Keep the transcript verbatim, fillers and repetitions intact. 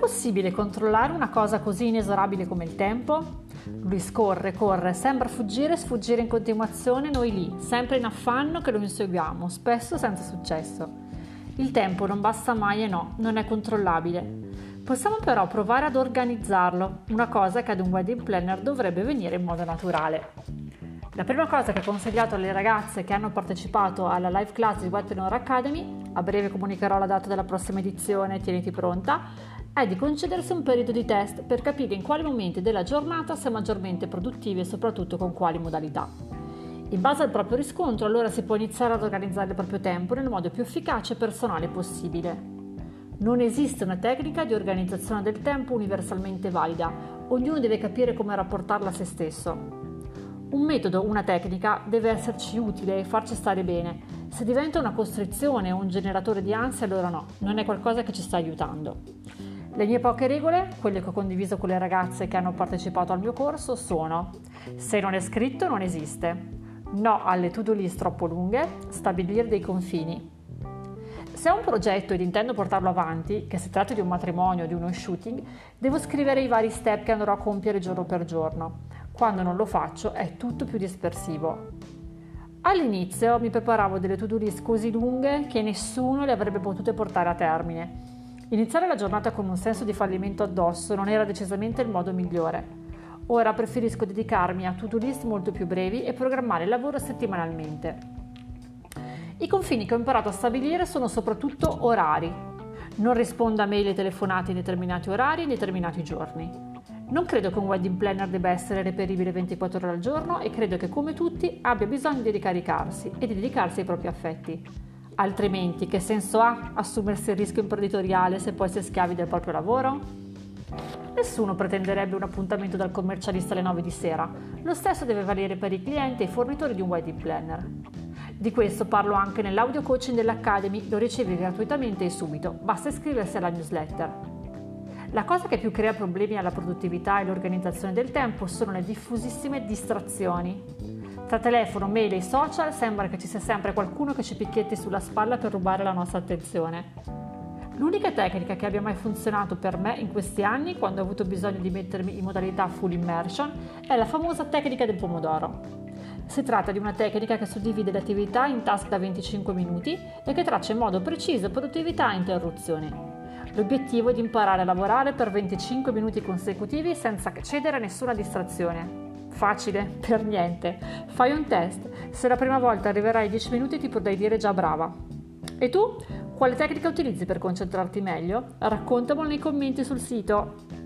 possibile controllare una cosa così inesorabile come il tempo? Lui scorre, corre, sembra fuggire e sfuggire in continuazione, noi lì, sempre in affanno che lo inseguiamo, spesso senza successo. Il tempo non basta mai e no, non è controllabile. Possiamo però provare ad organizzarlo, una cosa che ad un wedding planner dovrebbe venire in modo naturale. La prima cosa che ho consigliato alle ragazze che hanno partecipato alla live class di Weddpreneur Academy, a breve comunicherò la data della prossima edizione, tieniti pronta, è di concedersi un periodo di test per capire in quali momenti della giornata si è maggiormente produttivi e soprattutto con quali modalità. In base al proprio riscontro, allora si può iniziare ad organizzare il proprio tempo nel modo più efficace e personale possibile. Non esiste una tecnica di organizzazione del tempo universalmente valida, ognuno deve capire come rapportarla a se stesso. Un metodo, una tecnica, deve esserci utile e farci stare bene. Se diventa una costrizione o un generatore di ansia, allora no, non è qualcosa che ci sta aiutando. Le mie poche regole, quelle che ho condiviso con le ragazze che hanno partecipato al mio corso, sono: se non è scritto non esiste, no alle to-do list troppo lunghe, stabilire dei confini. Se ho un progetto ed intendo portarlo avanti, che si tratti di un matrimonio o di uno shooting, devo scrivere i vari step che andrò a compiere giorno per giorno. Quando non lo faccio è tutto più dispersivo. All'inizio mi preparavo delle to-do list così lunghe che nessuno le avrebbe potute portare a termine. Iniziare la giornata con un senso di fallimento addosso non era decisamente il modo migliore. Ora preferisco dedicarmi a to-do list molto più brevi e programmare il lavoro settimanalmente. I confini che ho imparato a stabilire sono soprattutto orari. Non rispondo a mail e telefonate in determinati orari e in determinati giorni. Non credo che un wedding planner debba essere reperibile ventiquattro ore al giorno e credo che, come tutti, abbia bisogno di ricaricarsi e di dedicarsi ai propri affetti. Altrimenti, che senso ha assumersi il rischio imprenditoriale se poi si è schiavi del proprio lavoro? Nessuno pretenderebbe un appuntamento dal commercialista alle nove di sera. Lo stesso deve valere per i clienti e i fornitori di un wedding planner. Di questo parlo anche nell'audio coaching dell'Academy, lo ricevi gratuitamente e subito, basta iscriversi alla newsletter. La cosa che più crea problemi alla produttività e l'organizzazione del tempo sono le diffusissime distrazioni. Tra telefono, mail e social sembra che ci sia sempre qualcuno che ci picchietti sulla spalla per rubare la nostra attenzione. L'unica tecnica che abbia mai funzionato per me in questi anni, quando ho avuto bisogno di mettermi in modalità full immersion, è la famosa tecnica del pomodoro. Si tratta di una tecnica che suddivide le attività in task da venticinque minuti e che traccia in modo preciso produttività e interruzioni. L'obiettivo è di imparare a lavorare per venticinque minuti consecutivi senza cedere a nessuna distrazione. Facile? Per niente. Fai un test. Se la prima volta arriverai ai dieci minuti ti potrai dire già brava. E tu? Quale tecnica utilizzi per concentrarti meglio? Raccontamelo nei commenti sul sito.